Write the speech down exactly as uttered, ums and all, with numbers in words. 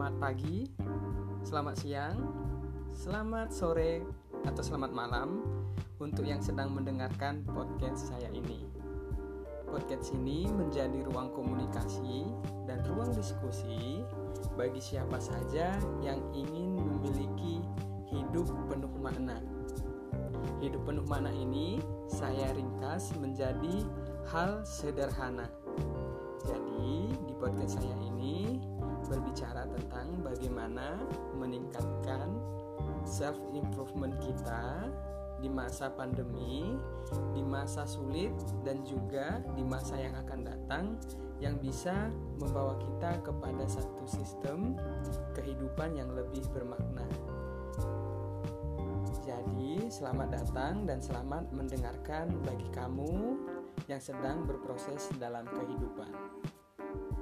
Selamat pagi, selamat siang, selamat sore, atau selamat malam untuk yang sedang mendengarkan podcast saya ini. Podcast ini menjadi ruang komunikasi dan ruang diskusi bagi siapa saja yang ingin memiliki hidup penuh makna. Hidup penuh makna ini saya ringkas menjadi hal sederhana. Jadi di podcast saya ini berbicara tentang bagaimana meningkatkan self improvement kita di masa pandemi, di masa sulit dan juga di masa yang akan datang yang bisa membawa kita kepada satu sistem kehidupan yang lebih bermakna. Jadi, selamat datang dan selamat mendengarkan bagi kamu yang sedang berproses dalam kehidupan.